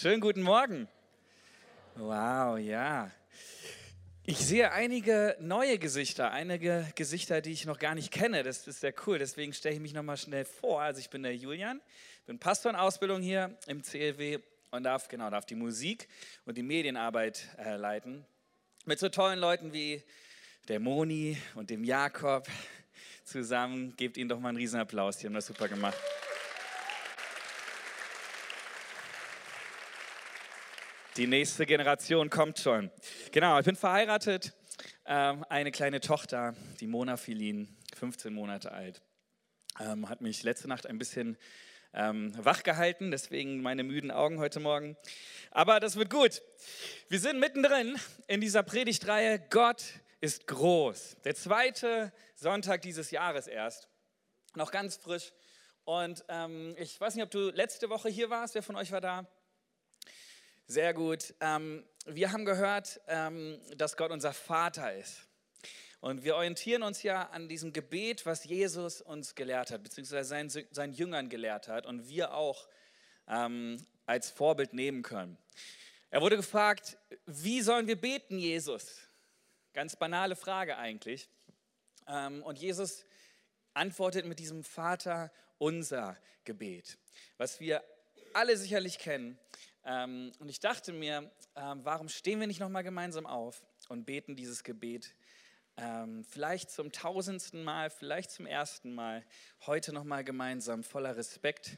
Schönen guten Morgen. Wow, ja. Ich sehe einige neue Gesichter, einige Gesichter, die ich noch gar nicht kenne. Das ist sehr cool, deswegen stelle ich mich nochmal schnell vor. Also ich bin der Julian, bin Pastor in Ausbildung hier im CLW und darf die Musik und die Medienarbeit leiten. Mit so tollen Leuten wie der Moni und dem Jakob zusammen. Gebt ihnen doch mal einen riesen Applaus, die haben das super gemacht. Die nächste Generation kommt schon. Genau, ich bin verheiratet, eine kleine Tochter, die Mona Filin, 15 Monate alt. Hat mich letzte Nacht ein bisschen wach gehalten, deswegen meine müden Augen heute Morgen. Aber das wird gut. Wir sind mittendrin in dieser Predigtreihe Gott ist groß. Der zweite Sonntag dieses Jahres erst, noch ganz frisch. Und ich weiß nicht, ob du letzte Woche hier warst, wer von euch war da? Sehr gut. Wir haben gehört, dass Gott unser Vater ist. Und wir orientieren uns ja an diesem Gebet, was Jesus uns gelehrt hat, beziehungsweise seinen Jüngern gelehrt hat und wir auch als Vorbild nehmen können. Er wurde gefragt, wie sollen wir beten, Jesus? Ganz banale Frage eigentlich. Und Jesus antwortet mit diesem Vater unser Gebet, was wir alle sicherlich kennen. Und ich dachte mir, warum stehen wir nicht nochmal gemeinsam auf und beten dieses Gebet vielleicht zum 1000. Mal, vielleicht zum ersten Mal, heute nochmal gemeinsam, voller Respekt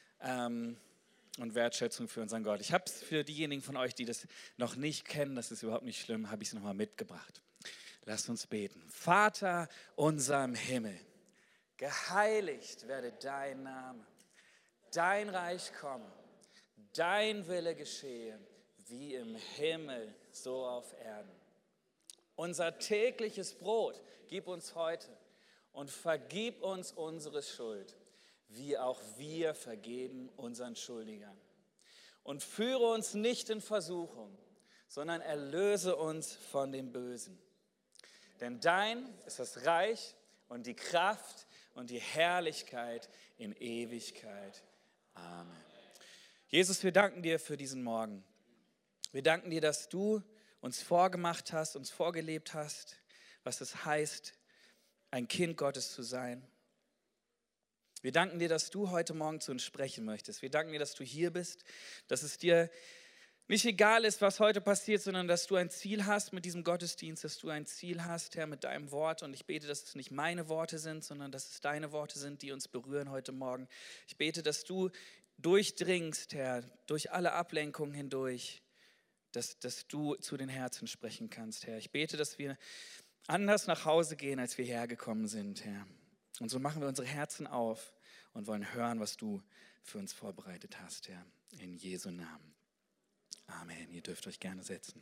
und Wertschätzung für unseren Gott. Ich habe es für diejenigen von euch, die das noch nicht kennen, das ist überhaupt nicht schlimm, habe ich es nochmal mitgebracht. Lasst uns beten. Vater unser im Himmel, geheiligt werde dein Name, dein Reich komme. Dein Wille geschehe, wie im Himmel, so auf Erden. Unser tägliches Brot gib uns heute und vergib uns unsere Schuld, wie auch wir vergeben unseren Schuldigern. Und führe uns nicht in Versuchung, sondern erlöse uns von dem Bösen. Denn dein ist das Reich und die Kraft und die Herrlichkeit in Ewigkeit. Amen. Jesus, wir danken dir für diesen Morgen. Wir danken dir, dass du uns vorgemacht hast, uns vorgelebt hast, was es heißt, ein Kind Gottes zu sein. Wir danken dir, dass du heute Morgen zu uns sprechen möchtest. Wir danken dir, dass du hier bist, dass es dir nicht egal ist, was heute passiert, sondern dass du ein Ziel hast mit diesem Gottesdienst, dass du ein Ziel hast, Herr, mit deinem Wort. Und ich bete, dass es nicht meine Worte sind, sondern dass es deine Worte sind, die uns berühren heute Morgen. Ich bete, dass du durchdringst, Herr, durch alle Ablenkungen hindurch, dass du zu den Herzen sprechen kannst, Herr. Ich bete, dass wir anders nach Hause gehen, als wir hergekommen sind, Herr. Und so machen wir unsere Herzen auf und wollen hören, was du für uns vorbereitet hast, Herr. In Jesu Namen. Amen. Ihr dürft euch gerne setzen.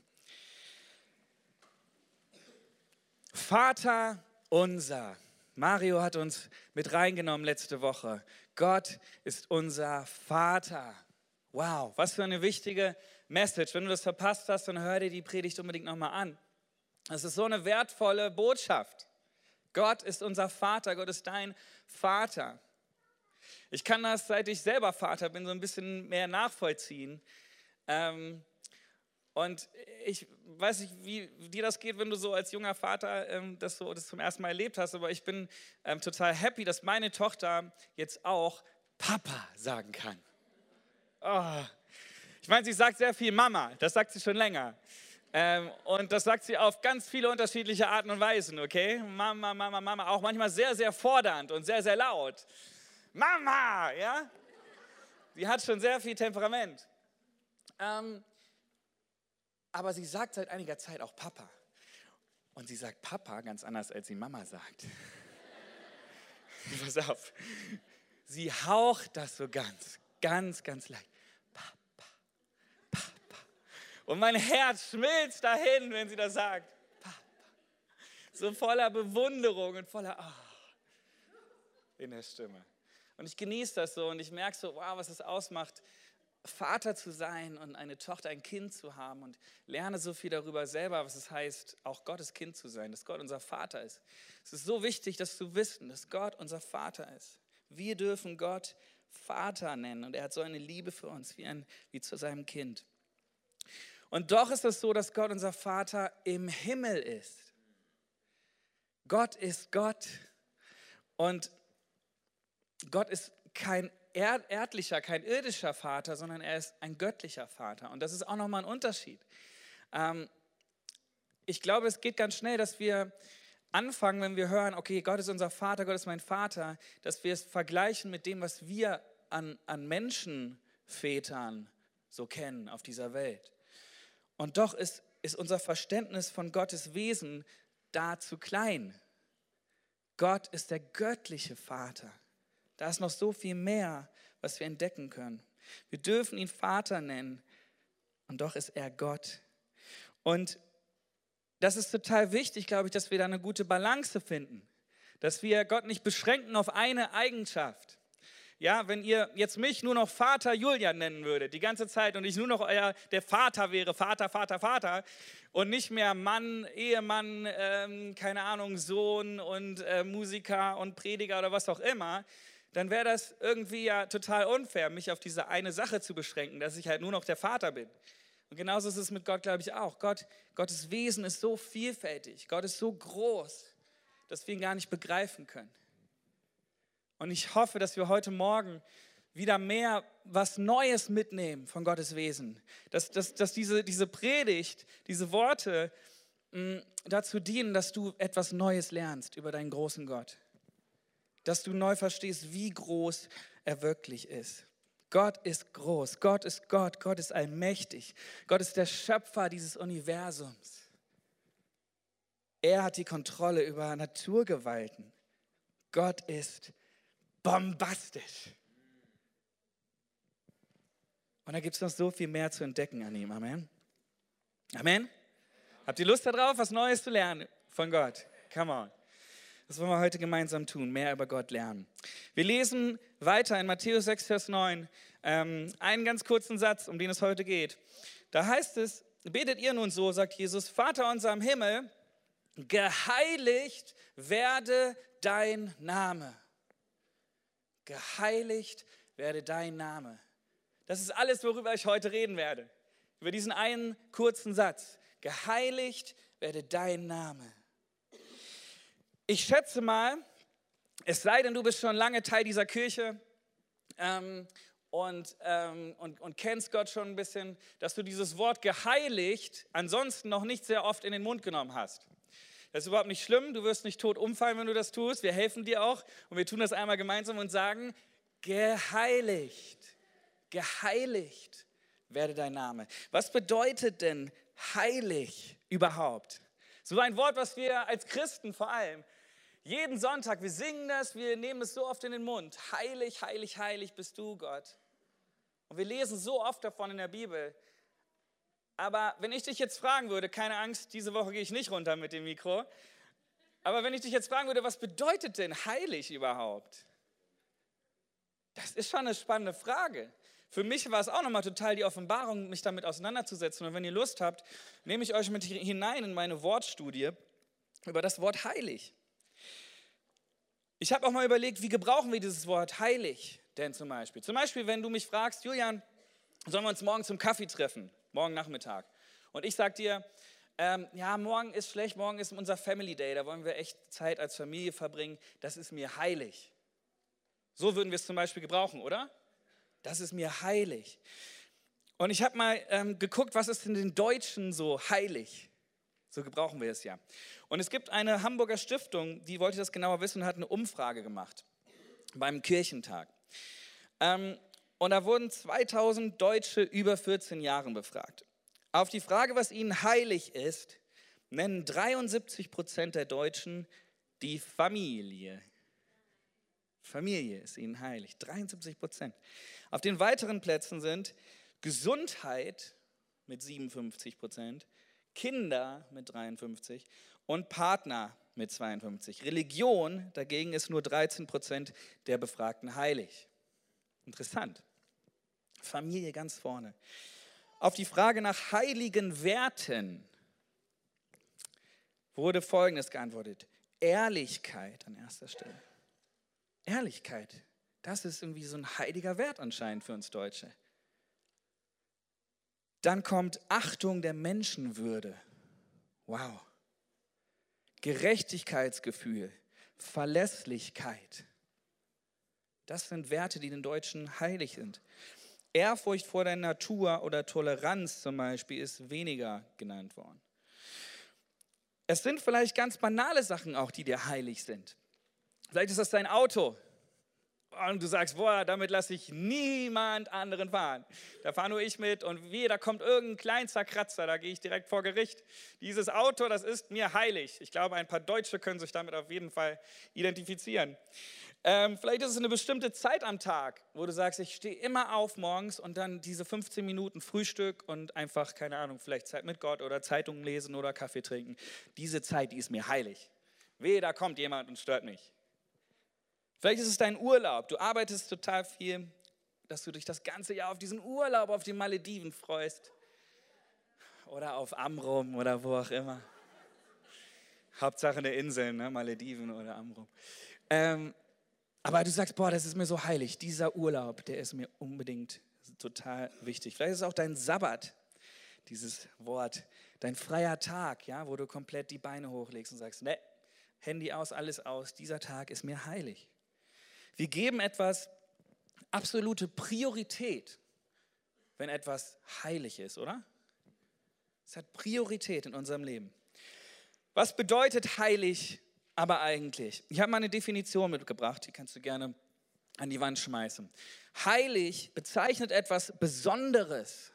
Vater unser. Mario hat uns mit reingenommen letzte Woche. Gott ist unser Vater. Wow, was für eine wichtige Message. Wenn du das verpasst hast, dann hör dir die Predigt unbedingt nochmal an. Das ist so eine wertvolle Botschaft. Gott ist unser Vater, Gott ist dein Vater. Ich kann das, seit ich selber Vater bin, so ein bisschen mehr nachvollziehen. Und ich weiß nicht, wie dir das geht, wenn du so als junger Vater das zum ersten Mal erlebt hast, aber ich bin total happy, dass meine Tochter jetzt auch Papa sagen kann. Oh. Ich meine, sie sagt sehr viel Mama, das sagt sie schon länger. Und das sagt sie auf ganz viele unterschiedliche Arten und Weisen, okay? Mama, Mama, Mama, auch manchmal sehr, sehr fordernd und sehr, sehr laut. Mama, ja? Sie hat schon sehr viel Temperament. Aber sie sagt seit einiger Zeit auch Papa. Und sie sagt Papa ganz anders, als sie Mama sagt. Pass auf. Sie haucht das so ganz leicht. Papa, Papa. Und mein Herz schmilzt dahin, wenn sie das sagt. Papa. So voller Bewunderung und voller in der Stimme. Und ich genieße das so und ich merke so, wow, was es ausmacht, Vater zu sein und eine Tochter, ein Kind zu haben und lerne so viel darüber selber, was es heißt, auch Gottes Kind zu sein, dass Gott unser Vater ist. Es ist so wichtig, das zu wissen, dass Gott unser Vater ist. Wir dürfen Gott Vater nennen. Und er hat so eine Liebe für uns, wie zu seinem Kind. Und doch ist es so, dass Gott unser Vater im Himmel ist. Gott ist Gott. Und Gott ist kein erdlicher, kein irdischer Vater, sondern er ist ein göttlicher Vater. Und das ist auch nochmal ein Unterschied. Ich glaube, es geht ganz schnell, dass wir anfangen, wenn wir hören, okay, Gott ist unser Vater, Gott ist mein Vater, dass wir es vergleichen mit dem, was wir an Menschenvätern so kennen auf dieser Welt. Und doch ist unser Verständnis von Gottes Wesen da zu klein. Gott ist der göttliche Vater. Da ist noch so viel mehr, was wir entdecken können. Wir dürfen ihn Vater nennen und doch ist er Gott. Und das ist total wichtig, glaube ich, dass wir da eine gute Balance finden. Dass wir Gott nicht beschränken auf eine Eigenschaft. Ja, wenn ihr jetzt mich nur noch Vater Julian nennen würdet, die ganze Zeit, und ich nur noch der Vater wäre, Vater, und nicht mehr Mann, Ehemann, keine Ahnung, Sohn und Musiker und Prediger oder was auch immer, dann wäre das irgendwie ja total unfair, mich auf diese eine Sache zu beschränken, dass ich halt nur noch der Vater bin. Und genauso ist es mit Gott, glaube ich, auch. Gottes Wesen ist so vielfältig, Gott ist so groß, dass wir ihn gar nicht begreifen können. Und ich hoffe, dass wir heute Morgen wieder mehr was Neues mitnehmen von Gottes Wesen. Dass diese Predigt, diese Worte dazu dienen, dass du etwas Neues lernst über deinen großen Gott. Dass du neu verstehst, wie groß er wirklich ist. Gott ist groß, Gott ist Gott, Gott ist allmächtig. Gott ist der Schöpfer dieses Universums. Er hat die Kontrolle über Naturgewalten. Gott ist bombastisch. Und da gibt es noch so viel mehr zu entdecken an ihm. Amen. Amen. Habt ihr Lust darauf, was Neues zu lernen von Gott? Come on. Das wollen wir heute gemeinsam tun, mehr über Gott lernen. Wir lesen weiter in Matthäus 6, Vers 9, einen ganz kurzen Satz, um den es heute geht. Da heißt es, betet ihr nun so, sagt Jesus, Vater unser im Himmel, geheiligt werde dein Name. Geheiligt werde dein Name. Das ist alles, worüber ich heute reden werde. Über diesen einen kurzen Satz. Geheiligt werde dein Name. Ich schätze mal, es sei denn, du bist schon lange Teil dieser Kirche und kennst Gott schon ein bisschen, dass du dieses Wort geheiligt ansonsten noch nicht sehr oft in den Mund genommen hast. Das ist überhaupt nicht schlimm, du wirst nicht tot umfallen, wenn du das tust. Wir helfen dir auch und wir tun das einmal gemeinsam und sagen, geheiligt werde dein Name. Was bedeutet denn heilig überhaupt? So ein Wort, was wir als Christen vor allem jeden Sonntag, wir singen das, wir nehmen es so oft in den Mund. Heilig, heilig, heilig bist du, Gott. Und wir lesen so oft davon in der Bibel. Aber wenn ich dich jetzt fragen würde, keine Angst, diese Woche gehe ich nicht runter mit dem Mikro, aber wenn ich dich jetzt fragen würde, was bedeutet denn heilig überhaupt? Das ist schon eine spannende Frage. Für mich war es auch nochmal total die Offenbarung, mich damit auseinanderzusetzen. Und wenn ihr Lust habt, nehme ich euch mit hinein in meine Wortstudie über das Wort heilig. Ich habe auch mal überlegt, wie gebrauchen wir dieses Wort heilig denn zum Beispiel? Zum Beispiel, wenn du mich fragst, Julian, sollen wir uns morgen zum Kaffee treffen, morgen Nachmittag? Und ich sage dir, ja, morgen ist schlecht, morgen ist unser Family Day, da wollen wir echt Zeit als Familie verbringen, das ist mir heilig. So würden wir es zum Beispiel gebrauchen, oder? Das ist mir heilig. Und ich habe mal geguckt, was ist in den Deutschen so heilig? So gebrauchen wir es ja. Und es gibt eine Hamburger Stiftung, die wollte das genauer wissen und hat eine Umfrage gemacht beim Kirchentag. Und da wurden 2000 Deutsche über 14 Jahren befragt. Auf die Frage, was ihnen heilig ist, nennen 73% der Deutschen die Familie. Familie ist ihnen heilig, 73%. Auf den weiteren Plätzen sind Gesundheit mit 57%, Kinder mit 53% und Partner mit 52%. Religion dagegen ist nur 13% der Befragten heilig. Interessant. Familie ganz vorne. Auf die Frage nach heiligen Werten wurde Folgendes geantwortet. Ehrlichkeit an erster Stelle. Ehrlichkeit, Das ist irgendwie so ein heiliger Wert anscheinend für uns Deutsche. Dann kommt Achtung der Menschenwürde. Wow. Gerechtigkeitsgefühl, Verlässlichkeit. Das sind Werte, die den Deutschen heilig sind. Ehrfurcht vor der Natur oder Toleranz zum Beispiel ist weniger genannt worden. Es sind vielleicht ganz banale Sachen auch, die dir heilig sind. Vielleicht ist das dein Auto. Und du sagst, boah, damit lasse ich niemand anderen fahren. Da fahre nur ich mit und wehe, da kommt irgendein kleinster Kratzer, da gehe ich direkt vor Gericht. Dieses Auto, das ist mir heilig. Ich glaube, ein paar Deutsche können sich damit auf jeden Fall identifizieren. Vielleicht ist es eine bestimmte Zeit am Tag, wo du sagst, ich stehe immer auf morgens und dann diese 15 Minuten Frühstück und einfach, keine Ahnung, vielleicht Zeit mit Gott oder Zeitung lesen oder Kaffee trinken. Diese Zeit, die ist mir heilig. Wehe, da kommt jemand und stört mich. Vielleicht ist es dein Urlaub. Du arbeitest total viel, dass du dich das ganze Jahr auf diesen Urlaub auf den Malediven freust. Oder auf Amrum oder wo auch immer. Hauptsache eine Insel, ne? Malediven oder Amrum. Aber du sagst, boah, das ist mir so heilig. Dieser Urlaub, der ist mir unbedingt total wichtig. Vielleicht ist es auch dein Sabbat, dieses Wort. Dein freier Tag, ja, wo du komplett die Beine hochlegst und sagst, ne, Handy aus, alles aus. Dieser Tag ist mir heilig. Wir geben etwas absolute Priorität, wenn etwas heilig ist, oder? Es hat Priorität in unserem Leben. Was bedeutet heilig aber eigentlich? Ich habe mal eine Definition mitgebracht, die kannst du gerne an die Wand schmeißen. Heilig bezeichnet etwas Besonderes,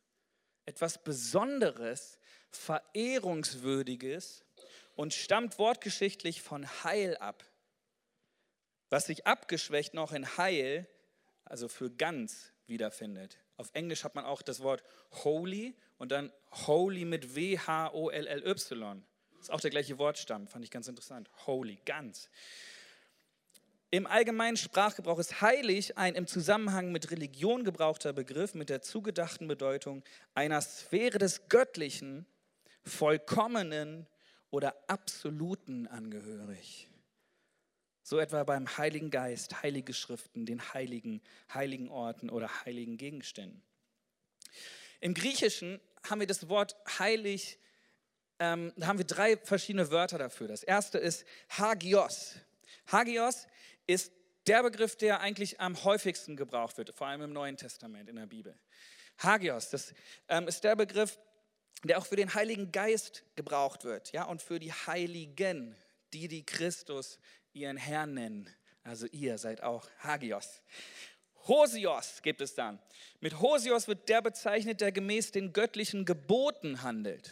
Verehrungswürdiges und stammt wortgeschichtlich von Heil ab. Was sich abgeschwächt noch in Heil, also für ganz, wiederfindet. Auf Englisch hat man auch das Wort holy und dann holy mit W-H-O-L-L-Y. Das ist auch der gleiche Wortstamm, fand ich ganz interessant. Holy, ganz. Im allgemeinen Sprachgebrauch ist heilig ein im Zusammenhang mit Religion gebrauchter Begriff mit der zugedachten Bedeutung einer Sphäre des Göttlichen, Vollkommenen oder Absoluten angehörig. So etwa beim Heiligen Geist, heilige Schriften, den heiligen Orten oder heiligen Gegenständen. Im Griechischen haben wir das Wort heilig, da haben wir 3 verschiedene Wörter dafür. Das erste ist Hagios. Hagios ist der Begriff, der eigentlich am häufigsten gebraucht wird, vor allem im Neuen Testament in der Bibel. Hagios, das ist der Begriff, der auch für den Heiligen Geist gebraucht wird, ja, und für die Heiligen, die Christus ihren Herrn nennen. Also ihr seid auch Hagios. Hosios gibt es dann. Mit Hosios wird der bezeichnet, der gemäß den göttlichen Geboten handelt.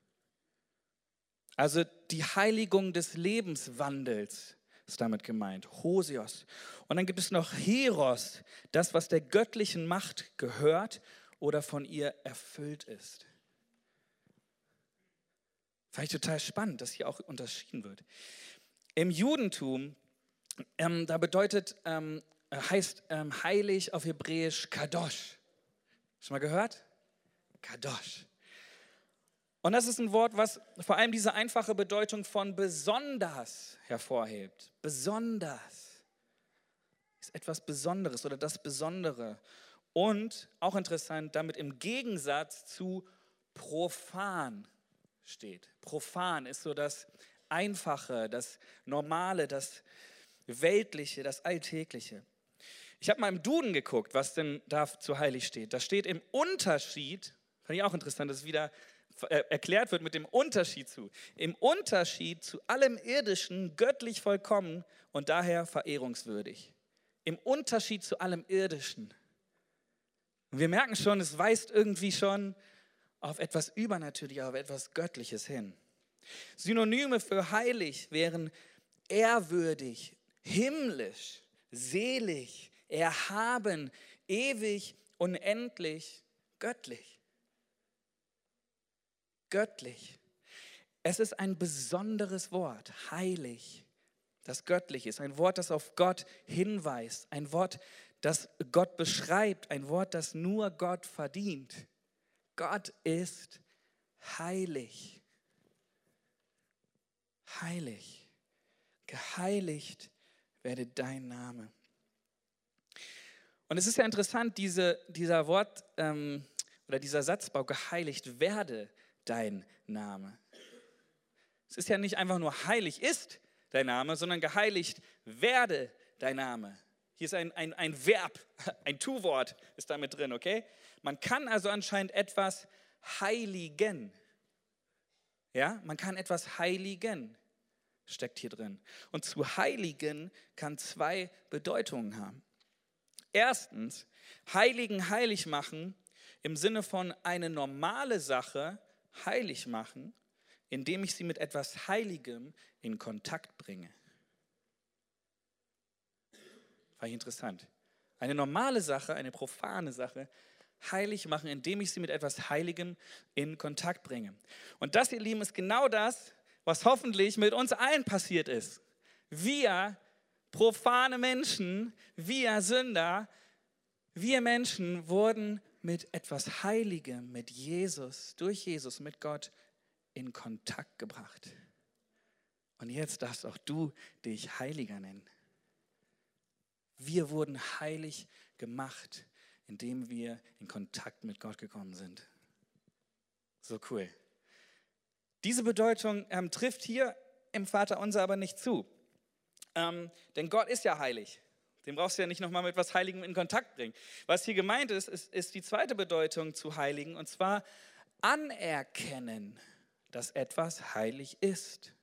Also die Heiligung des Lebenswandels ist damit gemeint. Hosios. Und dann gibt es noch Hieros, das, was der göttlichen Macht gehört oder von ihr erfüllt ist. Fand ich total spannend, dass hier auch unterschieden wird. Im Judentum, da heißt heilig auf Hebräisch Kadosh. Schon mal gehört? Kadosh. Und das ist ein Wort, was vor allem diese einfache Bedeutung von besonders hervorhebt. Besonders ist etwas Besonderes oder das Besondere. Und, auch interessant, damit im Gegensatz zu profan steht. Profan ist so das Einfache, das Normale, das Weltliche, das Alltägliche. Ich habe mal im Duden geguckt, was denn da zu heilig steht. Da steht im Unterschied, fand ich auch interessant, dass es wieder erklärt wird mit dem Unterschied zu. Im Unterschied zu allem Irdischen göttlich vollkommen und daher verehrungswürdig. Im Unterschied zu allem Irdischen. Und wir merken schon, es weist irgendwie schon auf etwas Übernatürliches, auf etwas Göttliches hin. Synonyme für heilig wären ehrwürdig, himmlisch, selig, erhaben, ewig, unendlich, göttlich. Göttlich. Es ist ein besonderes Wort, heilig, das göttlich ist. Ein Wort, das auf Gott hinweist. Ein Wort, das Gott beschreibt. Ein Wort, das nur Gott verdient. Gott ist heilig. Heilig. Geheiligt werde dein Name. Und es ist ja interessant, dieser oder dieser Satzbau, geheiligt werde dein Name. Es ist ja nicht einfach nur heilig ist dein Name, sondern geheiligt werde dein Name. Hier ist ein Verb, ein Tu-Wort ist da mit drin, okay? Man kann also anscheinend etwas heiligen. Ja, man kann etwas heiligen, steckt hier drin. Und zu heiligen kann zwei Bedeutungen haben. Erstens, heiligen, heilig machen im Sinne von eine normale Sache heilig machen, indem ich sie mit etwas Heiligem in Kontakt bringe. War interessant. Eine normale Sache, eine profane Sache heilig machen, indem ich sie mit etwas Heiligem in Kontakt bringe. Und das, ihr Lieben, ist genau das, was hoffentlich mit uns allen passiert ist. Wir profane Menschen, wir Sünder, wir Menschen wurden mit etwas Heiligem, mit Jesus, durch Jesus, mit Gott in Kontakt gebracht. Und jetzt darfst auch du dich Heiliger nennen. Wir wurden heilig gemacht, indem wir in Kontakt mit Gott gekommen sind. So cool. Diese Bedeutung trifft hier im Vaterunser aber nicht zu. Denn Gott ist ja heilig. Den brauchst du ja nicht nochmal mit etwas Heiligem in Kontakt bringen. Was hier gemeint ist die zweite Bedeutung zu Heiligen, und zwar anerkennen, dass etwas heilig ist.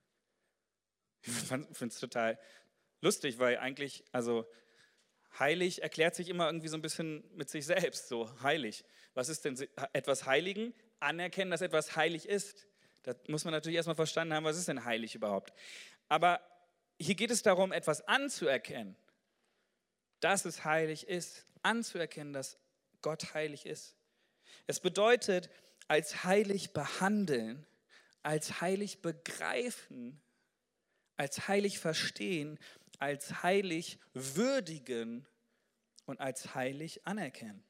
Ich finde es total lustig, weil eigentlich, also heilig erklärt sich immer irgendwie so ein bisschen mit sich selbst, so heilig. Was ist denn etwas Heiligen? Anerkennen, dass etwas heilig ist. Da muss man natürlich erstmal verstanden haben, was ist denn heilig überhaupt. Aber hier geht es darum, etwas anzuerkennen, dass es heilig ist, anzuerkennen, dass Gott heilig ist. Es bedeutet, als heilig behandeln, als heilig begreifen, als heilig verstehen, als heilig würdigen und als heilig anerkennen.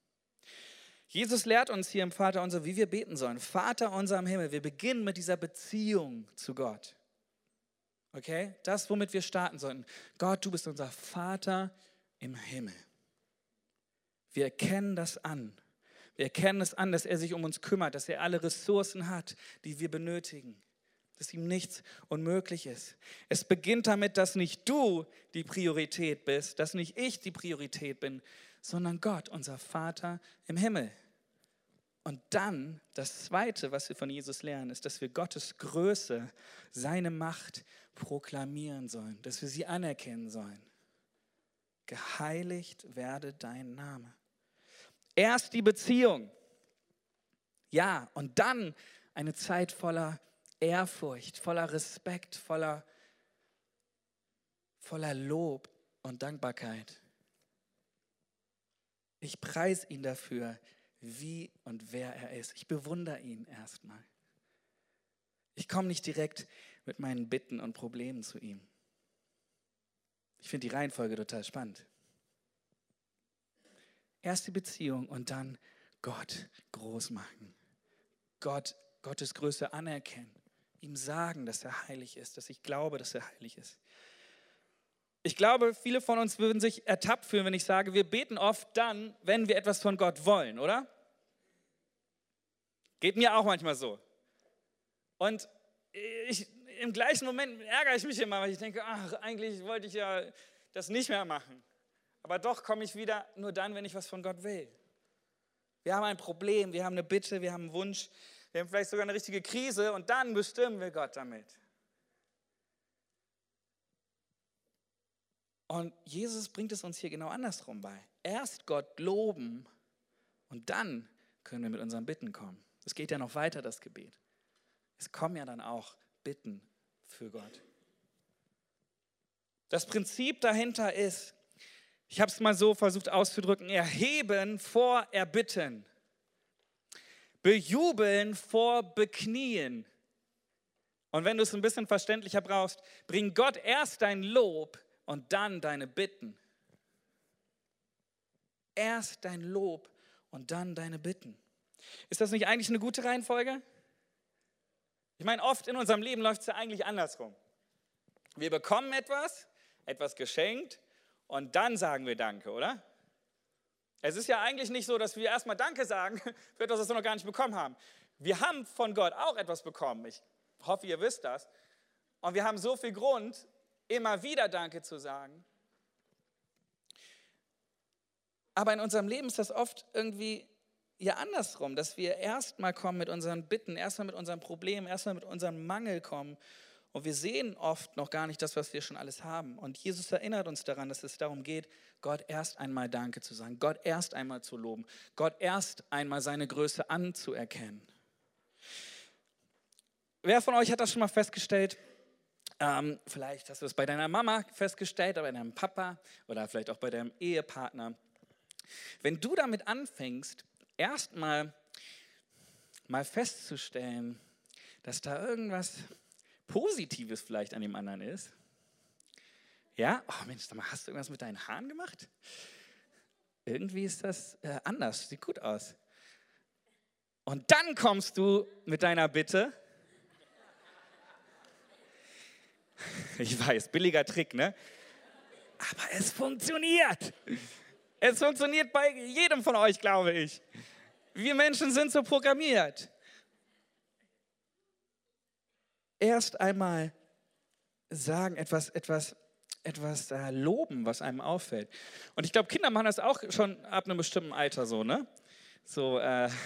Jesus lehrt uns hier im Vaterunser, wie wir beten sollen. Vater unser im Himmel, wir beginnen mit dieser Beziehung zu Gott. Okay? Das, womit wir starten sollten. Gott, du bist unser Vater im Himmel. Wir erkennen das an. Wir erkennen es an, dass er sich um uns kümmert, dass er alle Ressourcen hat, die wir benötigen. Dass ihm nichts unmöglich ist. Es beginnt damit, dass nicht du die Priorität bist, dass nicht ich die Priorität bin, sondern Gott, unser Vater im Himmel. Und dann, das Zweite, was wir von Jesus lernen, ist, dass wir Gottes Größe, seine Macht proklamieren sollen, dass wir sie anerkennen sollen. Geheiligt werde dein Name. Erst die Beziehung, ja, und dann eine Zeit voller Ehrfurcht, voller Respekt, voller Lob und Dankbarkeit. Ich preise ihn dafür, wie und wer er ist. Ich bewundere ihn erstmal. Ich komme nicht direkt mit meinen Bitten und Problemen zu ihm. Ich finde die Reihenfolge total spannend. Erst die Beziehung und dann Gott groß machen. Gottes Größe anerkennen. Ihm sagen, dass er heilig ist, dass ich glaube, dass er heilig ist. Ich glaube, viele von uns würden sich ertappt fühlen, wenn ich sage, wir beten oft dann, wenn wir etwas von Gott wollen, oder? Geht mir auch manchmal so. Und im gleichen Moment ärgere ich mich immer, weil ich denke, ach, eigentlich wollte ich ja das nicht mehr machen. Aber doch komme ich wieder nur dann, wenn ich was von Gott will. Wir haben ein Problem, wir haben eine Bitte, wir haben einen Wunsch, wir haben vielleicht sogar eine richtige Krise und dann bestimmen wir Gott damit. Und Jesus bringt es uns hier genau andersrum bei. Erst Gott loben und dann können wir mit unseren Bitten kommen. Es geht ja noch weiter, das Gebet. Es kommen ja dann auch Bitten für Gott. Das Prinzip dahinter ist, ich habe es mal so versucht auszudrücken, erheben vor erbitten, bejubeln vor beknien. Und wenn du es ein bisschen verständlicher brauchst, bring Gott erst dein Lob und dann deine Bitten. Erst dein Lob und dann deine Bitten. Ist das nicht eigentlich eine gute Reihenfolge? Ich meine, oft in unserem Leben läuft es ja eigentlich andersrum. Wir bekommen etwas geschenkt und dann sagen wir Danke, oder? Es ist ja eigentlich nicht so, dass wir erstmal Danke sagen für etwas, was wir noch gar nicht bekommen haben. Wir haben von Gott auch etwas bekommen. Ich hoffe, ihr wisst das. Und wir haben so viel Grund, immer wieder Danke zu sagen. Aber in unserem Leben ist das oft irgendwie ja andersrum, dass wir erstmal kommen mit unseren Bitten, erstmal mit unseren Problemen, erstmal mit unserem Mangel kommen. Und wir sehen oft noch gar nicht das, was wir schon alles haben. Und Jesus erinnert uns daran, dass es darum geht, Gott erst einmal Danke zu sagen, Gott erst einmal zu loben, Gott erst einmal seine Größe anzuerkennen. Wer von euch hat das schon mal festgestellt? Vielleicht hast du es bei deiner Mama festgestellt, oder bei deinem Papa oder vielleicht auch bei deinem Ehepartner. Wenn du damit anfängst, erstmal mal festzustellen, dass da irgendwas Positives vielleicht an dem anderen ist. Ja, oh Mensch, sag mal, hast du irgendwas mit deinen Haaren gemacht? Irgendwie ist das anders, sieht gut aus. Und dann kommst du mit deiner Bitte. Ich weiß, billiger Trick, ne? Aber es funktioniert. Es funktioniert bei jedem von euch, glaube ich. Wir Menschen sind so programmiert. Erst einmal sagen, etwas loben, was einem auffällt. Und ich glaube, Kinder machen das auch schon ab einem bestimmten Alter so, ne? So,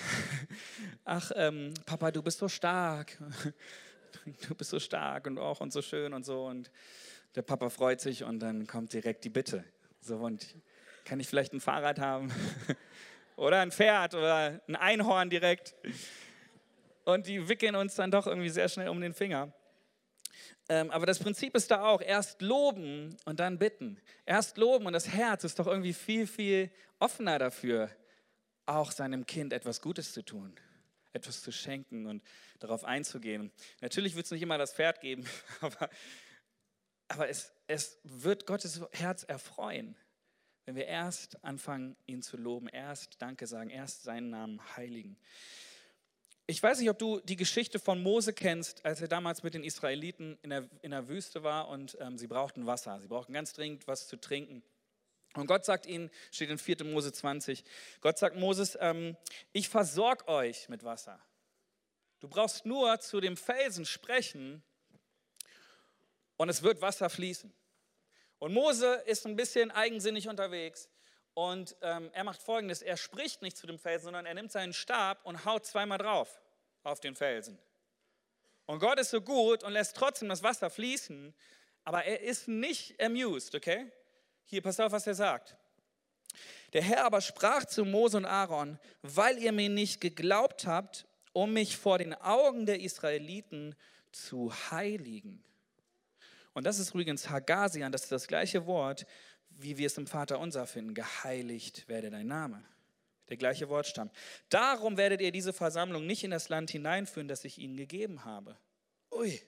Papa, du bist so stark. Du bist so stark und auch und so schön und so. Und der Papa freut sich und dann kommt direkt die Bitte. So, und kann ich vielleicht ein Fahrrad haben? Oder ein Pferd oder ein Einhorn direkt? Und die wickeln uns dann doch irgendwie sehr schnell um den Finger. Aber das Prinzip ist da auch, erst loben und dann bitten. Erst loben und das Herz ist doch irgendwie viel, viel offener dafür, auch seinem Kind etwas Gutes zu tun, etwas zu schenken und darauf einzugehen. Natürlich wird es nicht immer das Pferd geben, aber es wird Gottes Herz erfreuen, wenn wir erst anfangen, ihn zu loben, erst Danke sagen, erst seinen Namen heiligen. Ich weiß nicht, ob du die Geschichte von Mose kennst, als er damals mit den Israeliten in der Wüste war und sie brauchten Wasser. Sie brauchten ganz dringend was zu trinken. Und Gott sagt ihnen, steht in 4. Mose 20, Gott sagt Moses, ich versorge euch mit Wasser. Du brauchst nur zu dem Felsen sprechen und es wird Wasser fließen. Und Mose ist ein bisschen eigensinnig unterwegs und er macht Folgendes, er spricht nicht zu dem Felsen, sondern er nimmt seinen Stab und haut zweimal drauf auf den Felsen. Und Gott ist so gut und lässt trotzdem das Wasser fließen, aber er ist nicht amused, okay? Hier, pass auf, was er sagt. Der Herr aber sprach zu Mose und Aaron, weil ihr mir nicht geglaubt habt, um mich vor den Augen der Israeliten zu heiligen. Und das ist übrigens Hagasian, das ist das gleiche Wort, wie wir es im Vaterunser finden. Geheiligt werde dein Name. Der gleiche Wortstamm. Darum werdet ihr diese Versammlung nicht in das Land hineinführen, das ich ihnen gegeben habe. Ui.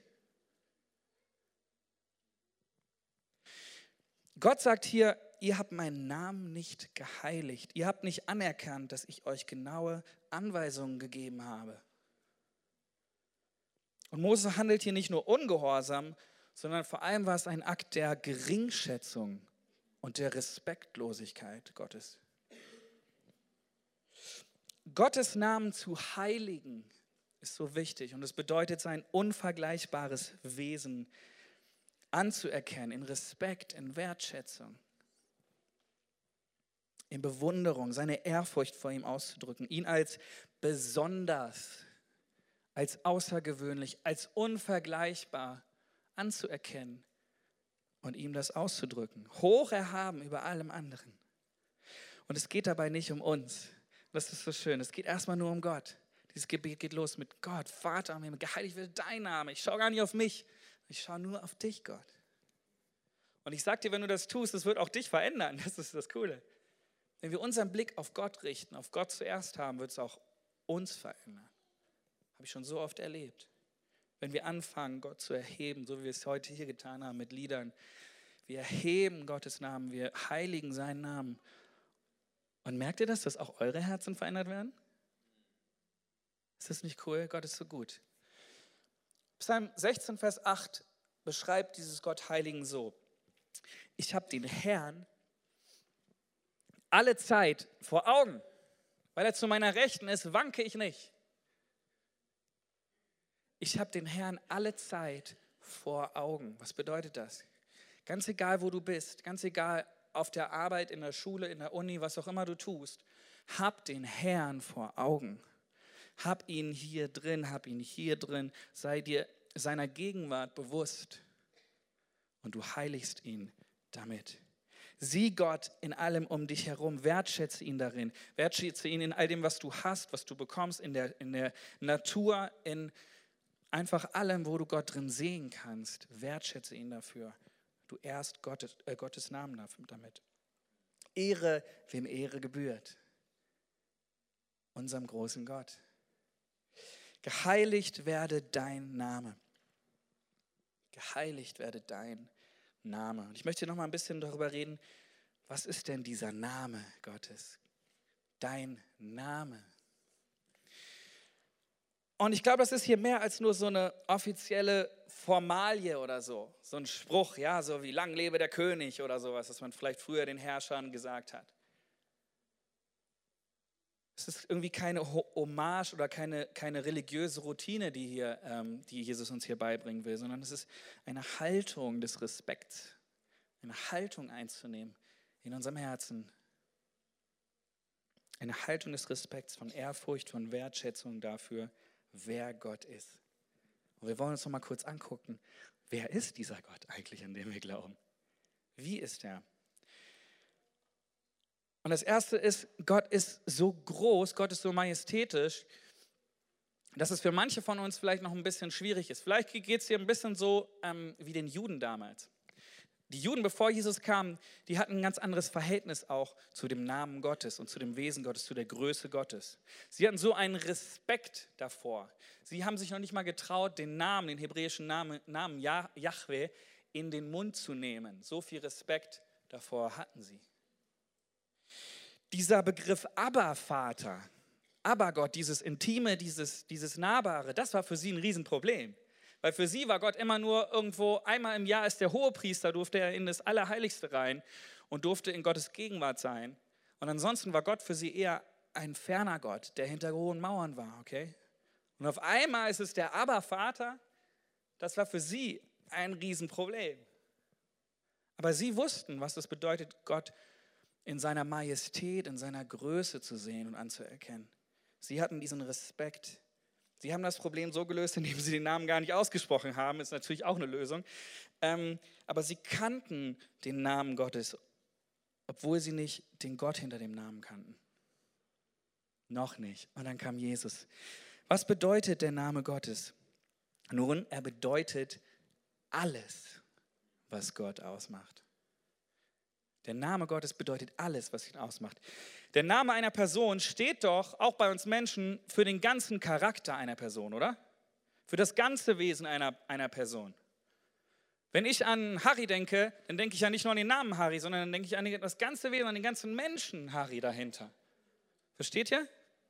Gott sagt hier, ihr habt meinen Namen nicht geheiligt. Ihr habt nicht anerkannt, dass ich euch genaue Anweisungen gegeben habe. Und Mose handelt hier nicht nur ungehorsam, sondern vor allem war es ein Akt der Geringschätzung und der Respektlosigkeit Gottes. Gottes Namen zu heiligen ist so wichtig und es bedeutet, sein unvergleichbares Wesen anzuerkennen, in Respekt, in Wertschätzung, in Bewunderung, seine Ehrfurcht vor ihm auszudrücken, ihn als besonders, als außergewöhnlich, als unvergleichbar anzuerkennen und ihm das auszudrücken. Hoch erhaben über allem anderen. Und es geht dabei nicht um uns. Das ist so schön. Es geht erstmal nur um Gott. Dieses Gebet geht los mit Gott, Vater, geheiligt werde dein Name. Ich schaue gar nicht auf mich. Ich schaue nur auf dich, Gott. Und ich sage dir, wenn du das tust, es wird auch dich verändern. Das ist das Coole. Wenn wir unseren Blick auf Gott richten, auf Gott zuerst haben, wird es auch uns verändern. Habe ich schon so oft erlebt. Wenn wir anfangen, Gott zu erheben, so wie wir es heute hier getan haben mit Liedern. Wir erheben Gottes Namen, wir heiligen seinen Namen. Und merkt ihr das, dass auch eure Herzen verändert werden? Ist das nicht cool? Gott ist so gut. Psalm 16, Vers 8 beschreibt dieses Gott Heiligen so. Ich habe den Herrn alle Zeit vor Augen. Weil er zu meiner Rechten ist, wanke ich nicht. Ich habe den Herrn alle Zeit vor Augen. Was bedeutet das? Ganz egal, wo du bist, ganz egal auf der Arbeit, in der Schule, in der Uni, was auch immer du tust, hab den Herrn vor Augen. Hab ihn hier drin, sei dir seiner Gegenwart bewusst und du heiligst ihn damit. Sieh Gott in allem um dich herum, wertschätze ihn darin, wertschätze ihn in all dem, was du hast, was du bekommst, in der Natur, in einfach allem, wo du Gott drin sehen kannst, wertschätze ihn dafür. Du ehrst Gottes Namen damit. Ehre, wem Ehre gebührt. Unserem großen Gott. Geheiligt werde dein Name. Geheiligt werde dein Name. Und ich möchte noch mal ein bisschen darüber reden, was ist denn dieser Name Gottes? Dein Name. Und ich glaube, das ist hier mehr als nur so eine offizielle Formalie oder so. So ein Spruch, ja, so wie lang lebe der König oder sowas, was man vielleicht früher den Herrschern gesagt hat. Es ist irgendwie keine Hommage oder keine religiöse Routine, die Jesus uns hier beibringen will, sondern es ist eine Haltung des Respekts, eine Haltung einzunehmen in unserem Herzen. Eine Haltung des Respekts, von Ehrfurcht, von Wertschätzung dafür, wer Gott ist. Und wir wollen uns noch mal kurz angucken, wer ist dieser Gott eigentlich, an den wir glauben? Wie ist er? Und das Erste ist, Gott ist so groß, Gott ist so majestätisch, dass es für manche von uns vielleicht noch ein bisschen schwierig ist. Vielleicht geht es dir ein bisschen so wie den Juden damals. Die Juden, bevor Jesus kam, die hatten ein ganz anderes Verhältnis auch zu dem Namen Gottes und zu dem Wesen Gottes, zu der Größe Gottes. Sie hatten so einen Respekt davor. Sie haben sich noch nicht mal getraut, den hebräischen Namen Jahwe in den Mund zu nehmen. So viel Respekt davor hatten sie. Dieser Begriff Abba-Vater, Abba-Gott, dieses Intime, dieses Nahbare, das war für sie ein Riesenproblem. Weil für sie war Gott immer nur irgendwo, einmal im Jahr ist der Hohepriester, durfte er in das Allerheiligste rein und durfte in Gottes Gegenwart sein. Und ansonsten war Gott für sie eher ein ferner Gott, der hinter hohen Mauern war, okay? Und auf einmal ist es der Abba-Vater, das war für sie ein Riesenproblem. Aber sie wussten, was es bedeutet, Gott in seiner Majestät, in seiner Größe zu sehen und anzuerkennen. Sie hatten diesen Respekt. Sie haben das Problem so gelöst, indem sie den Namen gar nicht ausgesprochen haben. Ist natürlich auch eine Lösung. Aber sie kannten den Namen Gottes, obwohl sie nicht den Gott hinter dem Namen kannten. Noch nicht. Und dann kam Jesus. Was bedeutet der Name Gottes? Nun, er bedeutet alles, was Gott ausmacht. Der Name Gottes bedeutet alles, was ihn ausmacht. Der Name einer Person steht doch, auch bei uns Menschen, für den ganzen Charakter einer Person, oder? Für das ganze Wesen einer Person. Wenn ich an Harry denke, dann denke ich ja nicht nur an den Namen Harry, sondern dann denke ich an das ganze Wesen, an den ganzen Menschen Harry dahinter. Versteht ihr?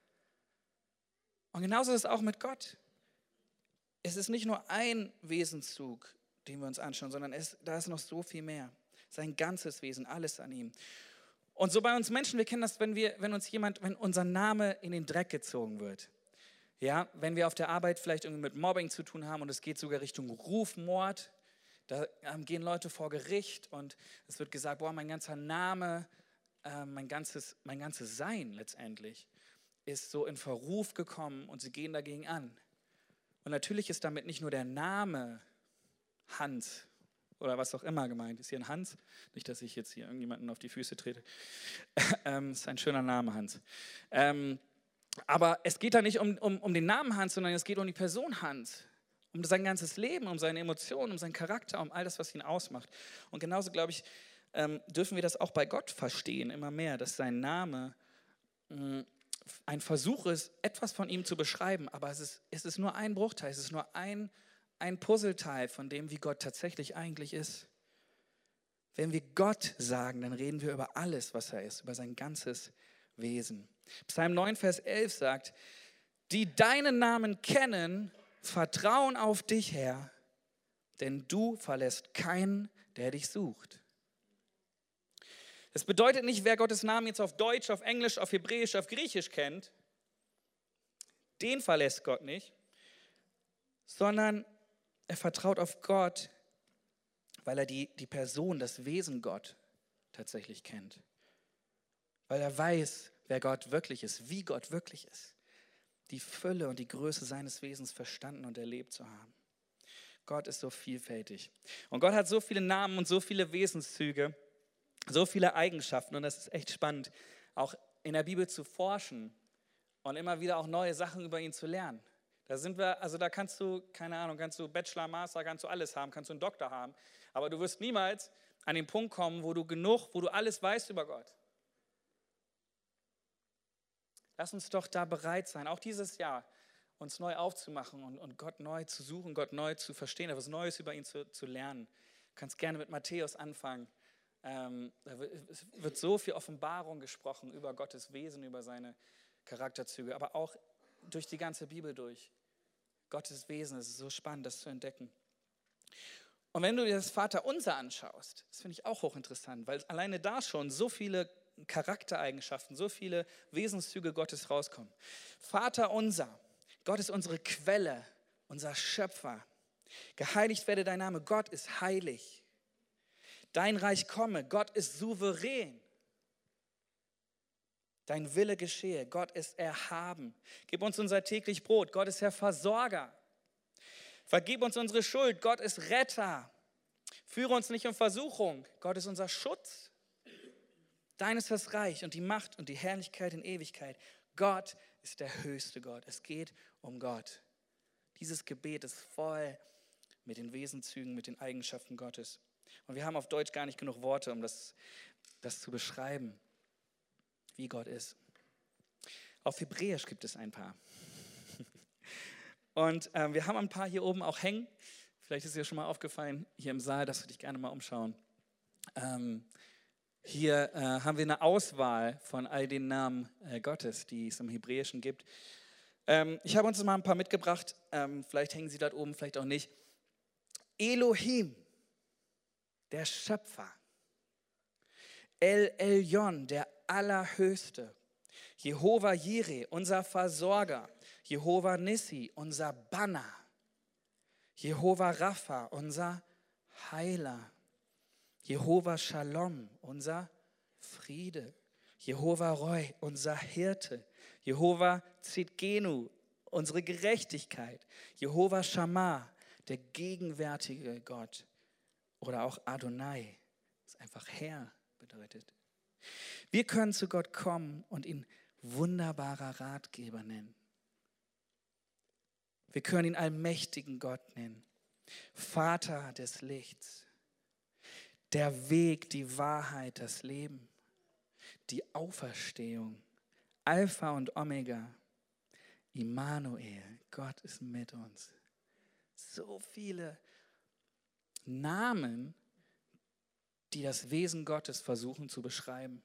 Und genauso ist es auch mit Gott. Es ist nicht nur ein Wesenszug, den wir uns anschauen, sondern da ist noch so viel mehr. Sein ganzes Wesen, alles an ihm. Und so bei uns Menschen, wir kennen das, wenn unser Name in den Dreck gezogen wird. Ja, wenn wir auf der Arbeit vielleicht irgendwie mit Mobbing zu tun haben und es geht sogar Richtung Rufmord, da gehen Leute vor Gericht und es wird gesagt, boah, mein ganzer Name, mein ganzes Sein letztendlich ist so in Verruf gekommen und sie gehen dagegen an. Und natürlich ist damit nicht nur der Name Hans oder was auch immer gemeint. Ist hier ein Hans? Nicht, dass ich jetzt hier irgendjemanden auf die Füße trete. Ist ein schöner Name, Hans. Aber es geht da nicht um den Namen Hans, sondern es geht um die Person Hans. Um sein ganzes Leben, um seine Emotionen, um seinen Charakter, um all das, was ihn ausmacht. Und genauso, glaube ich, dürfen wir das auch bei Gott verstehen, immer mehr, dass sein Name ein Versuch ist, etwas von ihm zu beschreiben. Aber es ist nur ein Bruchteil, es ist nur ein Puzzleteil von dem, wie Gott tatsächlich eigentlich ist. Wenn wir Gott sagen, dann reden wir über alles, was er ist, über sein ganzes Wesen. Psalm 9, Vers 11 sagt, die deinen Namen kennen, vertrauen auf dich, Herr, denn du verlässt keinen, der dich sucht. Es bedeutet nicht, wer Gottes Namen jetzt auf Deutsch, auf Englisch, auf Hebräisch, auf Griechisch kennt, den verlässt Gott nicht, sondern er vertraut auf Gott, weil er die Person, das Wesen Gott tatsächlich kennt. Weil er weiß, wer Gott wirklich ist, wie Gott wirklich ist. Die Fülle und die Größe seines Wesens verstanden und erlebt zu haben. Gott ist so vielfältig. Und Gott hat so viele Namen und so viele Wesenszüge, so viele Eigenschaften. Und das ist echt spannend, auch in der Bibel zu forschen und immer wieder auch neue Sachen über ihn zu lernen. Da kannst du, keine Ahnung, kannst du Bachelor, Master, kannst du alles haben, kannst du einen Doktor haben. Aber du wirst niemals an den Punkt kommen, wo du alles weißt über Gott. Lass uns doch da bereit sein, auch dieses Jahr, uns neu aufzumachen und Gott neu zu suchen, Gott neu zu verstehen, etwas Neues über ihn zu lernen. Du kannst gerne mit Matthäus anfangen. Es wird so viel Offenbarung gesprochen über Gottes Wesen, über seine Charakterzüge, aber auch durch die ganze Bibel durch. Gottes Wesen, es ist so spannend, das zu entdecken. Und wenn du dir das Vaterunser anschaust, das finde ich auch hochinteressant, weil alleine da schon so viele Charaktereigenschaften, so viele Wesenszüge Gottes rauskommen. Vaterunser, Gott ist unsere Quelle, unser Schöpfer. Geheiligt werde dein Name, Gott ist heilig. Dein Reich komme, Gott ist souverän. Dein Wille geschehe, Gott ist erhaben. Gib uns unser täglich Brot, Gott ist Herr Versorger. Vergib uns unsere Schuld, Gott ist Retter. Führe uns nicht in Versuchung, Gott ist unser Schutz. Dein ist das Reich und die Macht und die Herrlichkeit in Ewigkeit. Gott ist der höchste Gott. Es geht um Gott. Dieses Gebet ist voll mit den Wesenszügen, mit den Eigenschaften Gottes. Und wir haben auf Deutsch gar nicht genug Worte, um das zu beschreiben, wie Gott ist. Auf Hebräisch gibt es ein paar. Und wir haben ein paar hier oben auch hängen. Vielleicht ist dir schon mal aufgefallen, hier im Saal, dass du dich gerne mal umschauen. Hier haben wir eine Auswahl von all den Namen Gottes, die es im Hebräischen gibt. Ich habe uns mal ein paar mitgebracht. Vielleicht hängen sie dort oben, vielleicht auch nicht. Elohim, der Schöpfer. El Elyon, der Allerhöchste. Jehova Jireh, unser Versorger. Jehova Nissi, unser Banner. Jehova Rapha, unser Heiler. Jehova Shalom, unser Friede. Jehova Roi, unser Hirte. Jehova Tzidkenu, unsere Gerechtigkeit. Jehova Shammah, der gegenwärtige Gott. Oder auch Adonai, das einfach Herr bedeutet. Wir können zu Gott kommen und ihn wunderbarer Ratgeber nennen. Wir können ihn allmächtigen Gott nennen. Vater des Lichts. Der Weg, die Wahrheit, das Leben. Die Auferstehung. Alpha und Omega. Immanuel, Gott ist mit uns. So viele Namen, die das Wesen Gottes versuchen zu beschreiben.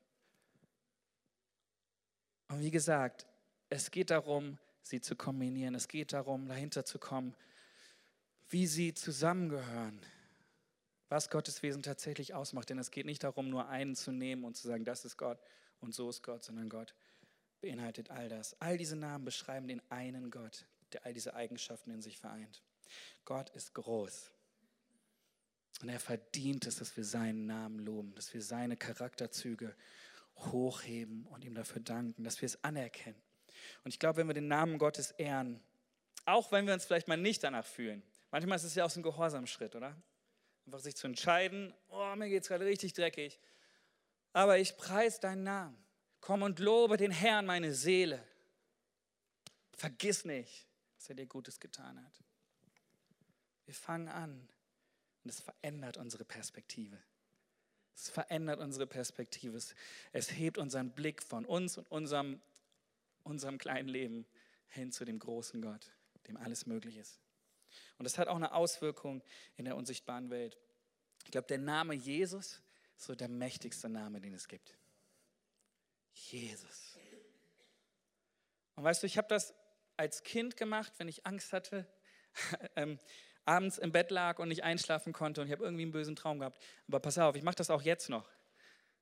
Und wie gesagt, es geht darum, sie zu kombinieren. Es geht darum, dahinter zu kommen, wie sie zusammengehören, was Gottes Wesen tatsächlich ausmacht. Denn es geht nicht darum, nur einen zu nehmen und zu sagen, das ist Gott und so ist Gott, sondern Gott beinhaltet all das. All diese Namen beschreiben den einen Gott, der all diese Eigenschaften in sich vereint. Gott ist groß. Und er verdient es, dass wir seinen Namen loben, dass wir seine Charakterzüge hochheben und ihm dafür danken, dass wir es anerkennen. Und ich glaube, wenn wir den Namen Gottes ehren, auch wenn wir uns vielleicht mal nicht danach fühlen, manchmal ist es ja auch so ein Gehorsamschritt, oder? Einfach sich zu entscheiden, oh, mir geht es gerade richtig dreckig, aber ich preise deinen Namen. Komm und lobe den Herrn, meine Seele. Vergiss nicht, was er dir Gutes getan hat. Wir fangen an und es verändert unsere Perspektive. Es verändert unsere Perspektive. Es hebt unseren Blick von uns und unserem kleinen Leben hin zu dem großen Gott, dem alles möglich ist. Und das hat auch eine Auswirkung in der unsichtbaren Welt. Ich glaube, der Name Jesus ist so der mächtigste Name, den es gibt. Jesus. Und weißt du, ich habe das als Kind gemacht, wenn ich Angst hatte, abends im Bett lag und nicht einschlafen konnte und ich habe irgendwie einen bösen Traum gehabt. Aber pass auf, ich mache das auch jetzt noch.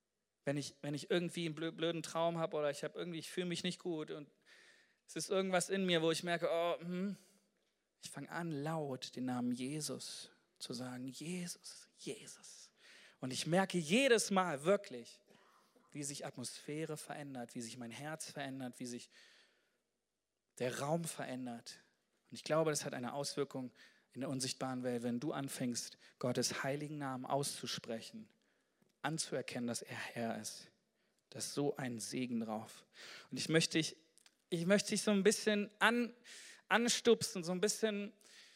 wenn ich irgendwie einen blöden Traum habe oder ich fühle mich nicht gut und es ist irgendwas in mir, wo ich merke, ich fange an, laut den Namen Jesus zu sagen. Jesus, Jesus. Und ich merke jedes Mal wirklich, wie sich Atmosphäre verändert, wie sich mein Herz verändert, wie sich der Raum verändert. Und ich glaube, das hat eine Auswirkung in der unsichtbaren Welt, wenn du anfängst, Gottes heiligen Namen auszusprechen, anzuerkennen, dass er Herr ist. Da ist so ein Segen drauf. Und ich möchte dich so ein bisschen anstupsen, so ein bisschen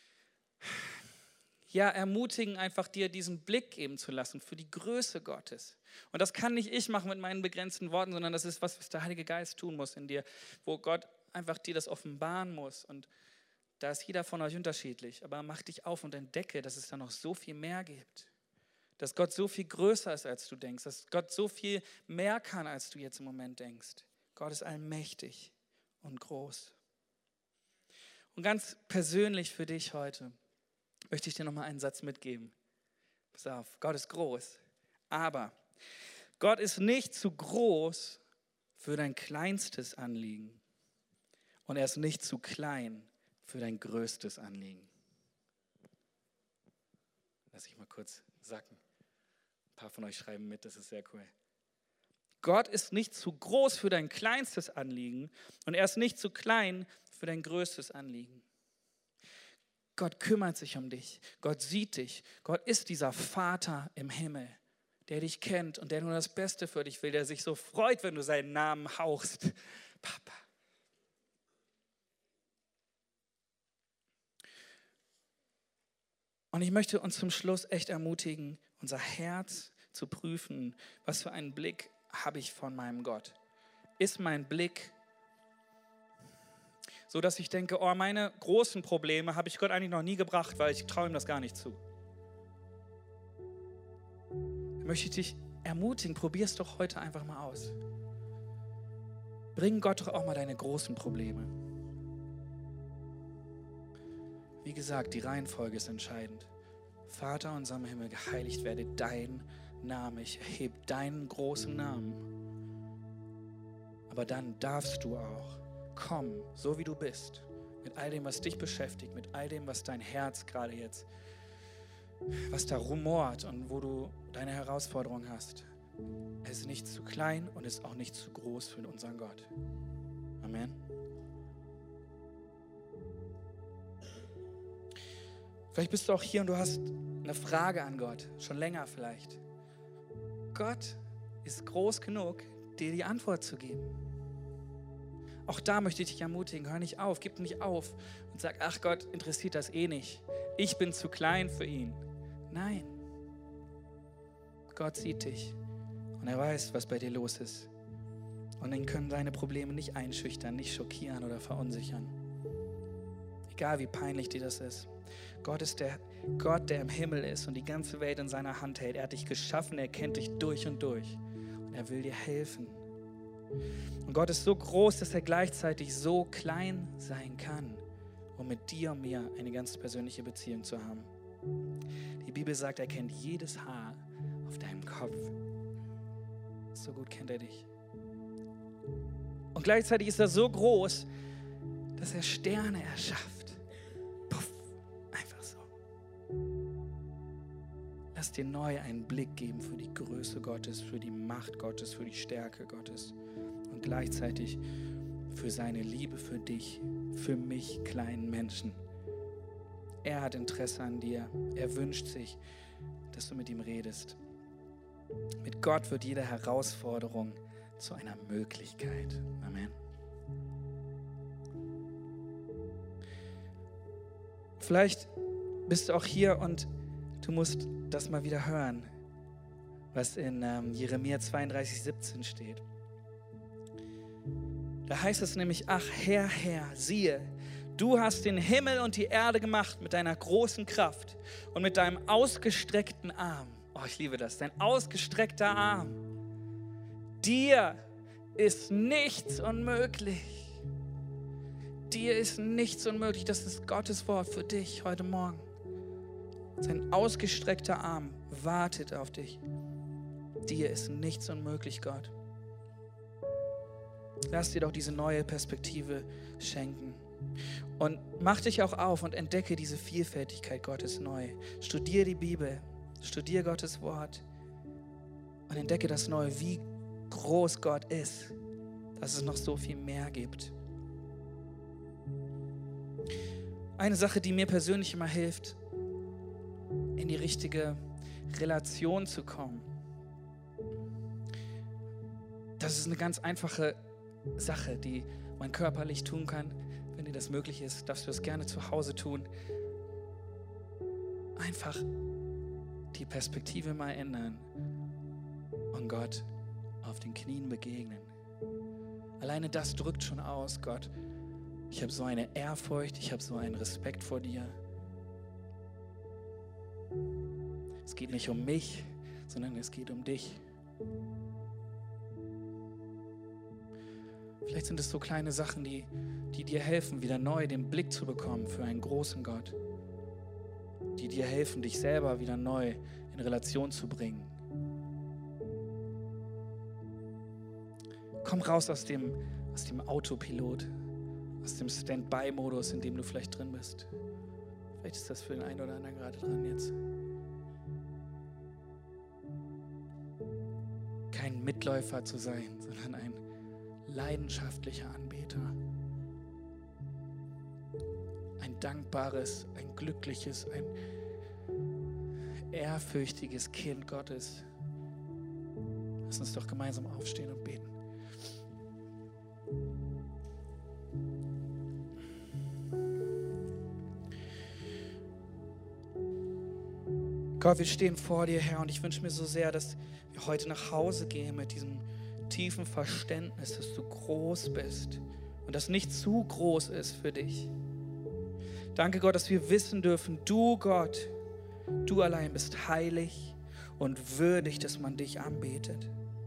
ermutigen, einfach dir diesen Blick geben zu lassen für die Größe Gottes. Und das kann nicht ich machen mit meinen begrenzten Worten, sondern das ist was der Heilige Geist tun muss in dir, wo Gott einfach dir das offenbaren muss. Und da ist jeder von euch unterschiedlich, aber mach dich auf und entdecke, dass es da noch so viel mehr gibt. Dass Gott so viel größer ist, als du denkst. Dass Gott so viel mehr kann, als du jetzt im Moment denkst. Gott ist allmächtig und groß. Und ganz persönlich für dich heute möchte ich dir nochmal einen Satz mitgeben. Pass auf, Gott ist groß, aber Gott ist nicht zu groß für dein kleinstes Anliegen. Und er ist nicht zu klein für dein größtes Anliegen. Lass ich mal kurz sacken. Ein paar von euch schreiben mit, das ist sehr cool. Gott ist nicht zu groß für dein kleinstes Anliegen und er ist nicht zu klein für dein größtes Anliegen. Gott kümmert sich um dich. Gott sieht dich. Gott ist dieser Vater im Himmel, der dich kennt und der nur das Beste für dich will, der sich so freut, wenn du seinen Namen hauchst. Papa. Und ich möchte uns zum Schluss echt ermutigen, unser Herz zu prüfen, was für einen Blick habe ich von meinem Gott. Ist mein Blick so, dass ich denke, meine großen Probleme habe ich Gott eigentlich noch nie gebracht, weil ich traue ihm das gar nicht zu. Da möchte ich dich ermutigen, probier es doch heute einfach mal aus. Bring Gott doch auch mal deine großen Probleme. Wie gesagt, die Reihenfolge ist entscheidend. Vater unser im Himmel, geheiligt werde dein Name. Ich erhebe deinen großen Namen. Aber dann darfst du auch kommen, so wie du bist, mit all dem, was dich beschäftigt, mit all dem, was dein Herz gerade jetzt, was da rumort und wo du deine Herausforderung hast. Es ist nicht zu klein und es ist auch nicht zu groß für unseren Gott. Amen. Vielleicht bist du auch hier und du hast eine Frage an Gott, schon länger vielleicht. Gott ist groß genug, dir die Antwort zu geben. Auch da möchte ich dich ermutigen, hör nicht auf, gib nicht auf und sag, ach Gott, interessiert das eh nicht. Ich bin zu klein für ihn. Nein, Gott sieht dich und er weiß, was bei dir los ist. Und ihn können deine Probleme nicht einschüchtern, nicht schockieren oder verunsichern. Egal wie peinlich dir das ist. Gott ist der Gott, der im Himmel ist und die ganze Welt in seiner Hand hält. Er hat dich geschaffen, er kennt dich durch und durch. Und er will dir helfen. Und Gott ist so groß, dass er gleichzeitig so klein sein kann, um mit dir und mir eine ganz persönliche Beziehung zu haben. Die Bibel sagt, er kennt jedes Haar auf deinem Kopf. So gut kennt er dich. Und gleichzeitig ist er so groß, dass er Sterne erschafft. Puff, einfach so. Lass dir neu einen Blick geben für die Größe Gottes, für die Macht Gottes, für die Stärke Gottes und gleichzeitig für seine Liebe für dich, für mich, kleinen Menschen. Er hat Interesse an dir. Er wünscht sich, dass du mit ihm redest. Mit Gott wird jede Herausforderung zu einer Möglichkeit. Amen. Vielleicht bist du auch hier und du musst das mal wieder hören, was in Jeremia 32,17 steht. Da heißt es nämlich, ach Herr, Herr, siehe, du hast den Himmel und die Erde gemacht mit deiner großen Kraft und mit deinem ausgestreckten Arm. Oh, ich liebe das, dein ausgestreckter Arm. Dir ist nichts unmöglich. Dir ist nichts unmöglich. Das ist Gottes Wort für dich heute Morgen. Sein ausgestreckter Arm wartet auf dich. Dir ist nichts unmöglich, Gott. Lass dir doch diese neue Perspektive schenken. Und mach dich auch auf und entdecke diese Vielfältigkeit Gottes neu. Studier die Bibel, studier Gottes Wort und entdecke das neu, wie groß Gott ist, dass es noch so viel mehr gibt. Eine Sache, die mir persönlich immer hilft, in die richtige Relation zu kommen, das ist eine ganz einfache Sache, die man körperlich tun kann. Wenn dir das möglich ist, darfst du das gerne zu Hause tun. Einfach die Perspektive mal ändern und Gott auf den Knien begegnen. Alleine das drückt schon aus, Gott, ich habe so eine Ehrfurcht, ich habe so einen Respekt vor dir. Es geht nicht um mich, sondern es geht um dich. Vielleicht sind es so kleine Sachen, die dir helfen, wieder neu den Blick zu bekommen für einen großen Gott. Die dir helfen, dich selber wieder neu in Relation zu bringen. Komm raus aus dem Autopilot, aus dem Standby-Modus, in dem du vielleicht drin bist. Vielleicht ist das für den einen oder anderen gerade dran jetzt. Kein Mitläufer zu sein, sondern ein leidenschaftlicher Anbeter. Ein dankbares, ein glückliches, ein ehrfürchtiges Kind Gottes. Lass uns doch gemeinsam aufstehen und beten. Gott, wir stehen vor dir, Herr, und ich wünsche mir so sehr, dass wir heute nach Hause gehen mit diesem tiefen Verständnis, dass du groß bist und dass nichts zu groß ist für dich. Danke, Gott, dass wir wissen dürfen, du, Gott, du allein bist heilig und würdig, dass man dich anbetet.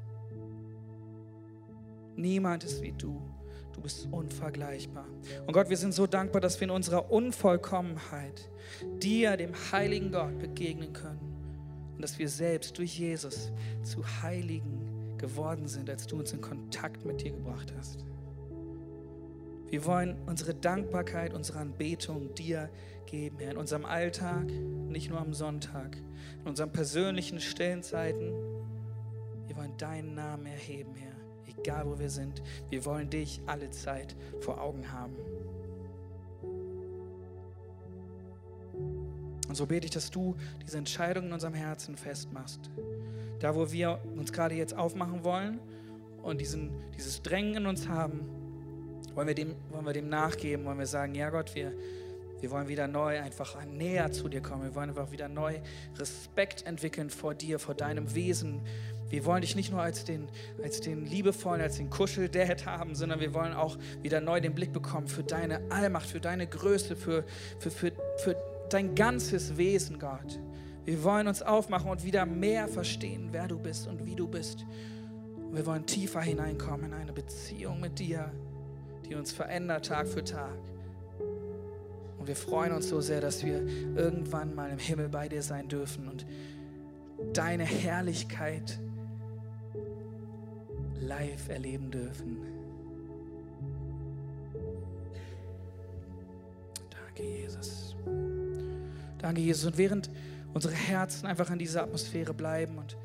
Niemand ist wie du. Du bist unvergleichbar. Und Gott, wir sind so dankbar, dass wir in unserer Unvollkommenheit dir, dem heiligen Gott, begegnen können. Und dass wir selbst durch Jesus zu Heiligen geworden sind, als du uns in Kontakt mit dir gebracht hast. Wir wollen unsere Dankbarkeit, unsere Anbetung dir geben, Herr, in unserem Alltag, nicht nur am Sonntag, in unseren persönlichen stillen Zeiten. Wir wollen deinen Namen erheben, Herr. Egal wo wir sind, wir wollen dich alle Zeit vor Augen haben. Und so bete ich, dass du diese Entscheidung in unserem Herzen festmachst. Da, wo wir uns gerade jetzt aufmachen wollen und dieses Drängen in uns haben, wollen wir dem nachgeben, wollen wir sagen, ja Gott, wir wollen wieder neu einfach näher zu dir kommen. Wir wollen einfach wieder neu Respekt entwickeln vor dir, vor deinem Wesen. Wir wollen dich nicht nur als den liebevollen, als den Kuscheldad haben, sondern wir wollen auch wieder neu den Blick bekommen für deine Allmacht, für deine Größe, für dein ganzes Wesen, Gott. Wir wollen uns aufmachen und wieder mehr verstehen, wer du bist und wie du bist. Und wir wollen tiefer hineinkommen in eine Beziehung mit dir, die uns verändert Tag für Tag. Und wir freuen uns so sehr, dass wir irgendwann mal im Himmel bei dir sein dürfen und deine Herrlichkeit live erleben dürfen. Danke, Jesus. Danke, Jesus. Und während unsere Herzen einfach in dieser Atmosphäre bleiben und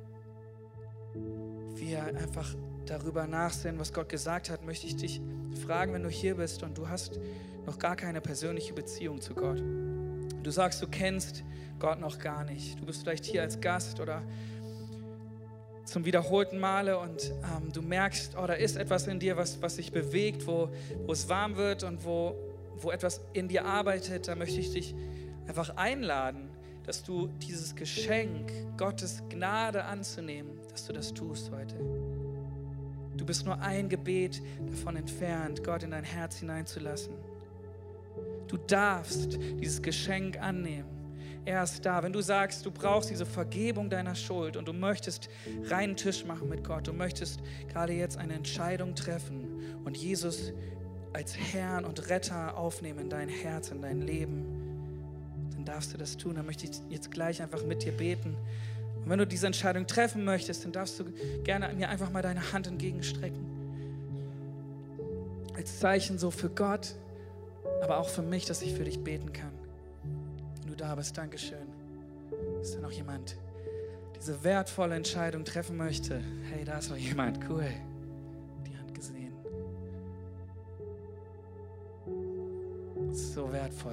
wir einfach darüber nachsinnen, was Gott gesagt hat, möchte ich dich fragen, wenn du hier bist und du hast noch gar keine persönliche Beziehung zu Gott. Du sagst, du kennst Gott noch gar nicht. Du bist vielleicht hier als Gast oder zum wiederholten Male und du merkst, oh, da ist etwas in dir, was sich bewegt, wo es warm wird und wo etwas in dir arbeitet. Da möchte ich dich einfach einladen, dass du dieses Geschenk, Gottes Gnade anzunehmen, dass du das tust heute. Du bist nur ein Gebet davon entfernt, Gott in dein Herz hineinzulassen. Du darfst dieses Geschenk annehmen. Er ist da. Wenn du sagst, du brauchst diese Vergebung deiner Schuld und du möchtest reinen Tisch machen mit Gott, du möchtest gerade jetzt eine Entscheidung treffen und Jesus als Herrn und Retter aufnehmen in dein Herz, in dein Leben, dann darfst du das tun. Dann möchte ich jetzt gleich einfach mit dir beten. Und Und wenn du diese Entscheidung treffen möchtest, dann darfst du gerne mir einfach mal deine Hand entgegenstrecken. Als Zeichen so für Gott, aber auch für mich, dass ich für dich beten kann. Wenn du da bist, Dankeschön. Ist da noch jemand, diese wertvolle Entscheidung treffen möchte? Hey, da ist noch jemand, cool. Die Hand gesehen. So wertvoll.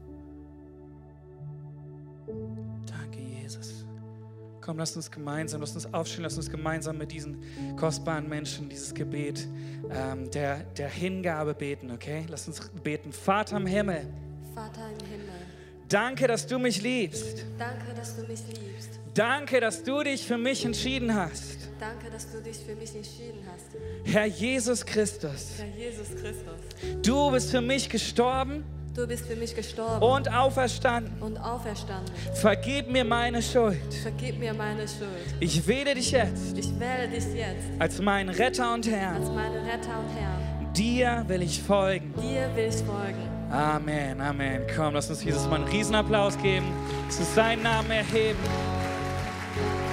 Danke, Jesus. Komm, lass uns aufstehen, lass uns gemeinsam mit diesen kostbaren Menschen dieses Gebet der Hingabe beten, okay? Lass uns beten. Vater im Himmel. Vater im Himmel. Danke, dass du mich liebst. Danke, dass du mich liebst. Danke, dass du dich für mich entschieden hast. Danke, dass du dich für mich entschieden hast. Herr Jesus Christus. Herr Jesus Christus. Du bist für mich gestorben. Du bist für mich gestorben und auferstanden. und auferstanden. Vergib mir meine Schuld. Vergib mir meine Schuld. Ich wähle dich jetzt Ich wähle dich jetzt als meinen Retter und Herrn. als meinen Retter und Herrn. Dir will ich folgen. Dir will ich folgen. Amen, Amen. Komm, lass uns Jesus mal einen Riesenapplaus geben. Lass uns seinen Namen erheben.